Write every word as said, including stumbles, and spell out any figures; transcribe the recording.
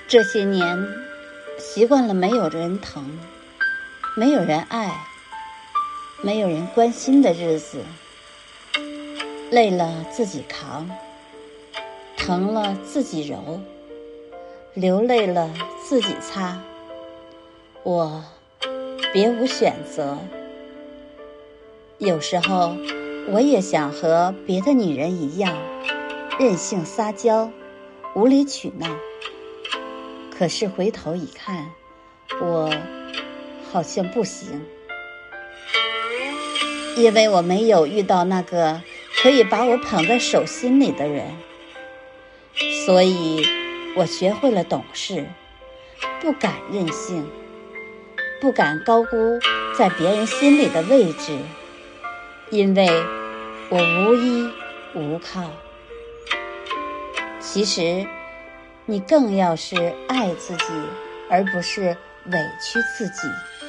这些年习惯了没有人疼，没有人爱，没有人关心的日子，累了自己扛，疼了自己揉，流泪了自己擦，我别无选择。有时候我也想和别的女人一样，任性撒娇，无理取闹，可是回头一看，我好像不行，因为我没有遇到那个可以把我捧在手心里的人，所以我学会了懂事，不敢任性，不敢高估在别人心里的位置，因为我无依无靠。其实你更要是爱自己，而不是委屈自己。